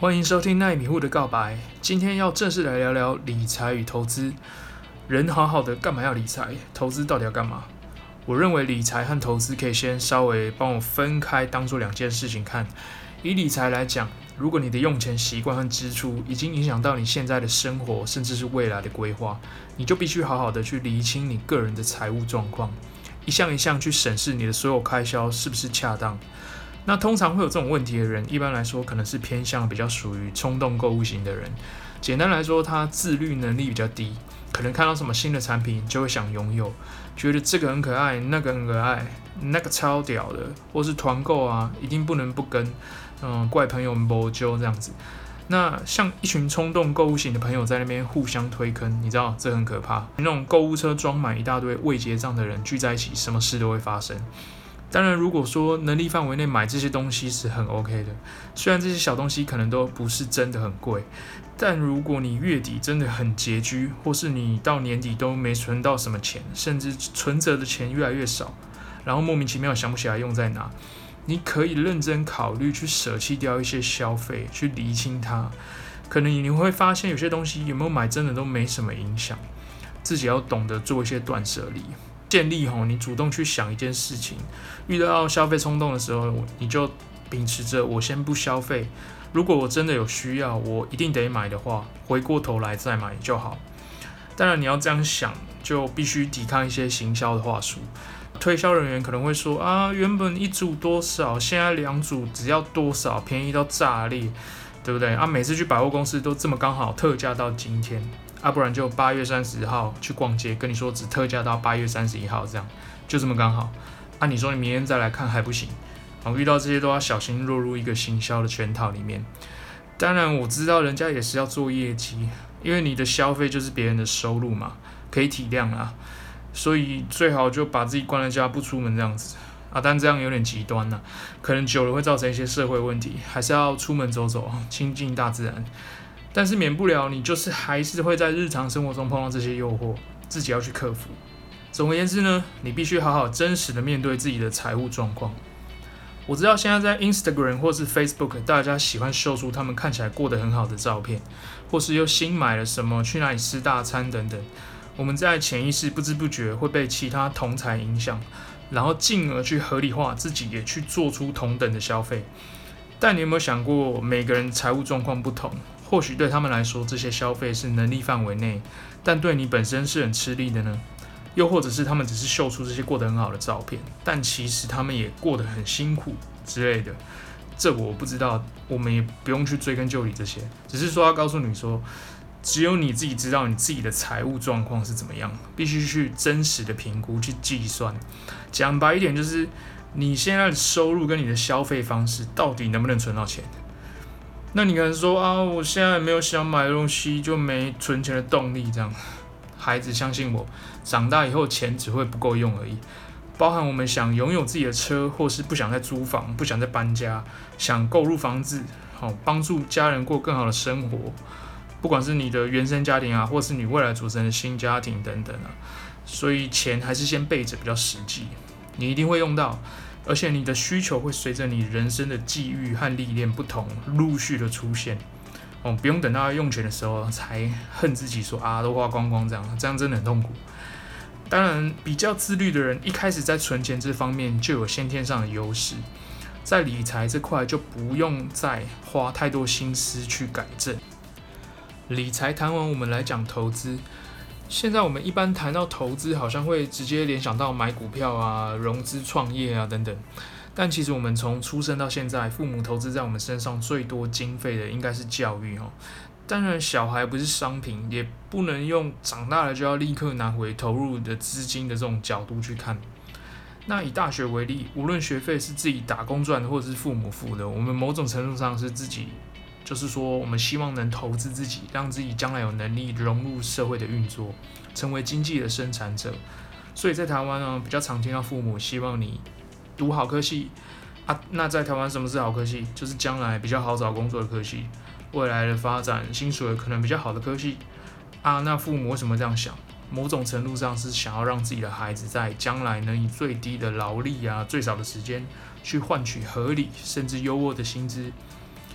欢迎收听奈米户的告白。今天要正式来聊聊理财与投资。人好好的，干嘛要理财？投资到底要干嘛？我认为理财和投资可以先稍微帮我分开，当做两件事情看。以理财来讲，如果你的用钱习惯和支出已经影响到你现在的生活，甚至是未来的规划，你就必须好好的去厘清你个人的财务状况，一项一项去审视你的所有开销是不是恰当。那通常会有这种问题的人，一般来说可能是偏向比较属于冲动购物型的人。简单来说，他自律能力比较低，可能看到什么新的产品就会想拥有，觉得这个很可爱，那个很可爱，那个超屌的，或是团购啊，一定不能不跟，怪朋友没救这样子。那像一群冲动购物型的朋友在那边互相推坑，你知道这很可怕。那种购物车装满一大堆未结账的人聚在一起，什么事都会发生。当然，如果说能力范围内买这些东西是很 OK 的，虽然这些小东西可能都不是真的很贵，但如果你月底真的很拮据，或是你到年底都没存到什么钱，甚至存折的钱越来越少，然后莫名其妙想不起来用在哪，你可以认真考虑去舍弃掉一些消费，去厘清它。可能你会发现有些东西有没有买真的都没什么影响，自己要懂得做一些断舍离。建立你主动去想一件事情，遇到消费冲动的时候，你就秉持着我先不消费，如果我真的有需要，我一定得买的话，回过头来再买就好。当然你要这样想，就必须抵抗一些行销的话术。推销人员可能会说啊，原本一组多少，现在2组只要多少，便宜到炸裂，对不对？每次去百货公司都这么刚好特价到今天。不然就8月30号去逛街，跟你说只特价到8月31号，这样就这么刚好。你说你明天再来看还不行？遇到这些都要小心落入一个行销的圈套里面。当然我知道人家也是要做业绩，因为你的消费就是别人的收入嘛，可以体谅啦。所以最好就把自己关在家不出门这样子但这样有点极端可能久了会造成一些社会问题，还是要出门走走，亲近大自然。但是免不了你就是还是会在日常生活中碰到这些诱惑，自己要去克服。总而言之呢，你必须好好真实的面对自己的财务状况。我知道现在在 Instagram 或是 Facebook， 大家喜欢秀出他们看起来过得很好的照片，或是又新买了什么，去哪里吃大餐等等。我们在潜意识不知不觉会被其他同侪影响，然后进而去合理化自己也去做出同等的消费。但你有没有想过，每个人财务状况不同，或许对他们来说这些消费是能力范围内，但对你本身是很吃力的呢？又或者是他们只是秀出这些过得很好的照片，但其实他们也过得很辛苦之类的。这我不知道，我们也不用去追根究底这些，只是说要告诉你说，只有你自己知道你自己的财务状况是怎么样，必须去真实的评估去计算。讲白一点就是你现在的收入跟你的消费方式到底能不能存到钱。那你可能说我现在没有想买的东西，就没存钱的动力这样。孩子相信我，长大以后钱只会不够用而已。包含我们想拥有自己的车，或是不想再租房，不想再搬家，想购入房子，帮助家人过更好的生活。不管是你的原生家庭或是你未来组成的新家庭等等所以钱还是先备着比较实际，你一定会用到。而且你的需求会随着你人生的际遇和历练不同，陆续的出现。不用等到用钱的时候才恨自己说都花光光这样真的很痛苦。当然，比较自律的人一开始在存钱这方面就有先天上的优势，在理财这块就不用再花太多心思去改正。理财谈完，我们来讲投资。现在我们一般谈到投资，好像会直接联想到买股票融资创业等等。但其实我们从出生到现在，父母投资在我们身上最多经费的应该是教育当然，小孩不是商品，也不能用长大了就要立刻拿回投入的资金的这种角度去看。那以大学为例，无论学费是自己打工赚的，或者是父母付的，我们某种程度上是自己，就是说我们希望能投资自己，让自己将来有能力融入社会的运作，成为经济的生产者。所以在台湾比较常听到父母希望你读好科系那在台湾什么是好科系？就是将来比较好找工作的科系，未来的发展薪水可能比较好的科系那父母为什么这样想？某种程度上是想要让自己的孩子在将来能以最低的劳力最少的时间去换取合理甚至优渥的薪资。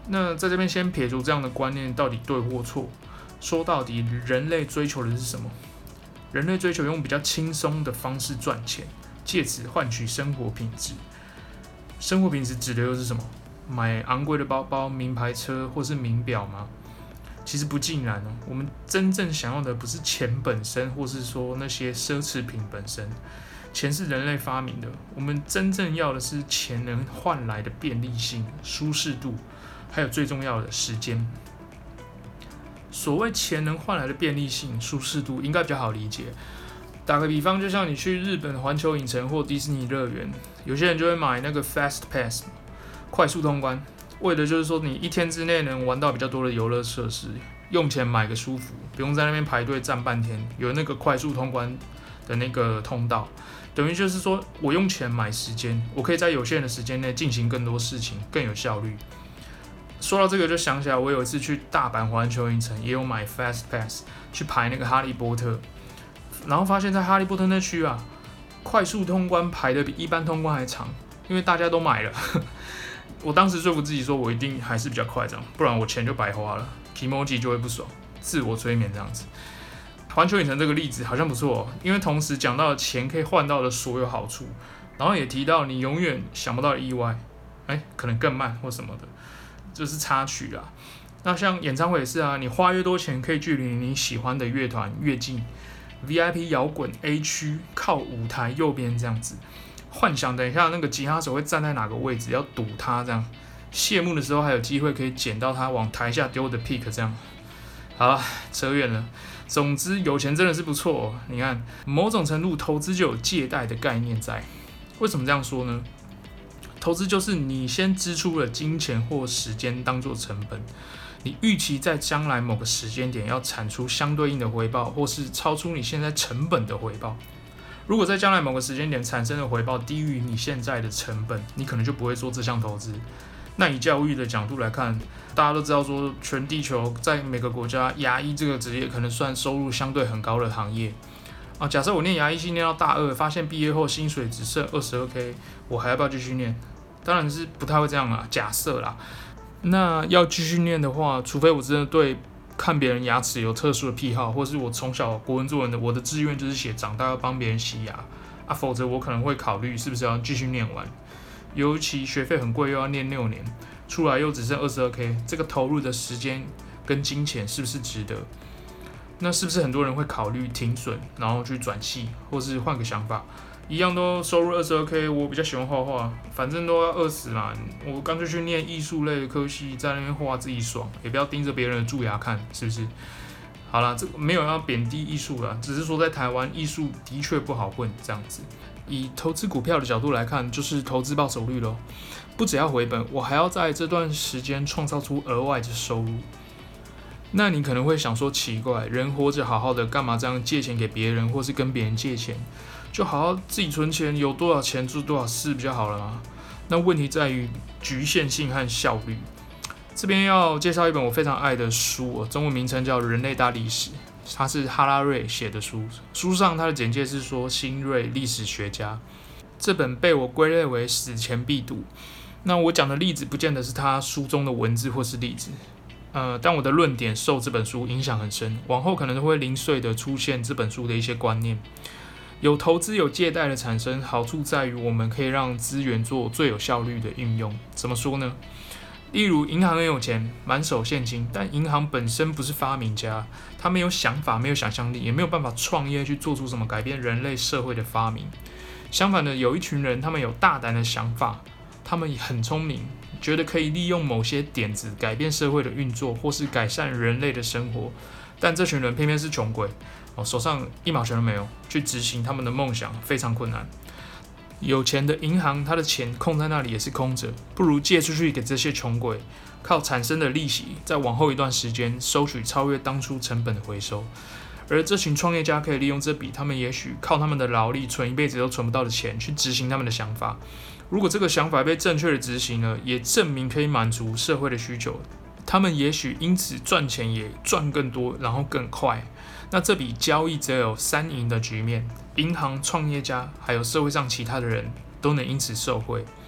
那在这边先撇除这样的观念到底对或错，说到底，人类追求的是什么？人类追求用比较轻松的方式赚钱，借此换取生活品质。生活品质指的又是什么？买昂贵的包包、名牌车或是名表吗？其实不尽然哦。我们真正想要的不是钱本身，或是说那些奢侈品本身。钱是人类发明的，我们真正要的是钱能换来的便利性、舒适度，还有最重要的时间。所谓钱能换来的便利性、舒适度，应该比较好理解。打个比方，就像你去日本环球影城或迪士尼乐园，有些人就会买那个 Fast Pass 快速通关，为的就是说你一天之内能玩到比较多的游乐设施，用钱买个舒服，不用在那边排队站半天，有那个快速通关的那个通道，等于就是说我用钱买时间，我可以在有限的时间内进行更多事情，更有效率。说到这个就想起来，我有一次去大阪环球影城，也有买 Fast Pass 去排那个哈利波特，然后发现在哈利波特那区啊，快速通关排的比一般通关还长，因为大家都买了。我当时说服自己说，我一定还是比较快这样，不然我钱就白花了 ，Kimoji 就会不爽，自我催眠这样子。环球影城这个例子好像不错因为同时讲到了钱可以换到的所有好处，然后也提到你永远想不到的意外，可能更慢或什么的，这是插曲啦。那像演唱会也是啊，你花越多钱，可以距离你喜欢的乐团越近。VIP 摇滚 A 区靠舞台右边这样子，幻想等一下那个吉他手会站在哪个位置，要堵他这样。谢幕的时候还有机会可以捡到他往台下丢的 pick 这样。好了，扯远了。总之，有钱真的是不错你看，某种程度投资就有借贷的概念在。为什么这样说呢？投资就是你先支出了金钱或时间当作成本，你预期在将来某个时间点要产出相对应的回报，或是超出你现在成本的回报。如果在将来某个时间点产生的回报低于你现在的成本，你可能就不会做这项投资。那以教育的角度来看，大家都知道说，全地球在每个国家，牙医这个职业可能算收入相对很高的行业啊。假设我念牙医系念到大二，发现毕业后薪水只剩22K， 我还要不要继续念？当然是不太会这样啦，假设啦。那要继续念的话，除非我真的对看别人牙齿有特殊的癖好，或是我从小国文作文的我的志愿就是写长大要帮别人洗牙啊，否则我可能会考虑是不是要继续念完。尤其学费很贵，又要念6年，出来又只剩22K， 这个投入的时间跟金钱是不是值得？那是不是很多人会考虑停损，然后去转系，或是换个想法？一样都收入22K， 我比较喜欢画画，反正都要饿死嘛，我干脆去念艺术类的科系，在那边画自己爽，也不要盯着别人的蛀牙看，是不是？好啦，这个没有要贬低艺术啦，只是说在台湾艺术的确不好混这样子。以投资股票的角度来看，就是投资报酬率咯，不只要回本，我还要在这段时间创造出额外的收入。那你可能会想说奇怪，人活着好好的，干嘛这样借钱给别人，或是跟别人借钱？就好好自己存钱，有多少钱做多少事比较好了嘛。那问题在于局限性和效率。这边要介绍一本我非常爱的书，中文名称叫《人类大历史》，它是哈拉瑞写的书。书上他的简介是说，新锐历史学家。这本被我归类为死前必读。那我讲的例子不见得是他书中的文字或是例子，但我的论点受这本书影响很深，往后可能会零碎的出现这本书的一些观念。有投资有借贷的产生，好处在于我们可以让资源做最有效率的运用。怎么说呢？例如银行很有钱，满手现金，但银行本身不是发明家，他没有想法，没有想象力，也没有办法创业去做出什么改变人类社会的发明。相反的，有一群人，他们有大胆的想法，他们也很聪明，觉得可以利用某些点子改变社会的运作，或是改善人类的生活。但这群人偏偏是穷鬼，手上1毛钱都没有，去执行他们的梦想非常困难。有钱的银行，他的钱空在那里也是空着，不如借出去给这些穷鬼，靠产生的利息，在往后一段时间收取超越当初成本的回收。而这群创业家可以利用这笔他们也许靠他们的劳力存一辈子都存不到的钱，去执行他们的想法。如果这个想法被正确的执行了，也证明可以满足社会的需求，他们也许因此赚钱也赚更多，然后更快。那这笔交易则有3赢的局面，银行、创业家还有社会上其他的人都能因此受惠。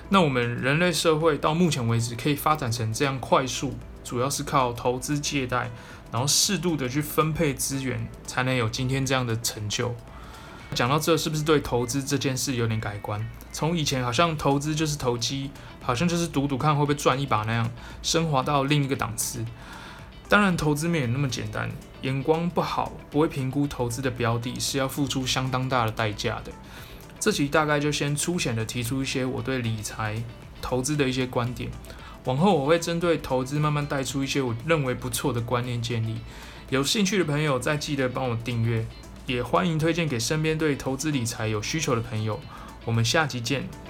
那我们人类社会到目前为止可以发展成这样快速，主要是靠投资借贷，然后适度的去分配资源，才能有今天这样的成就。讲到这，是不是对投资这件事有点改观？从以前好像投资就是投机，好像就是赌赌看会不会赚一把那样，升华到另一个档次。当然，投资没有那么简单，眼光不好，不会评估投资的标的，是要付出相当大的代价的。这集大概就先粗浅的提出一些我对理财、投资的一些观点，往后我会针对投资慢慢带出一些我认为不错的观念建立。有兴趣的朋友再记得帮我订阅，也欢迎推荐给身边对投资理财有需求的朋友。我们下集见。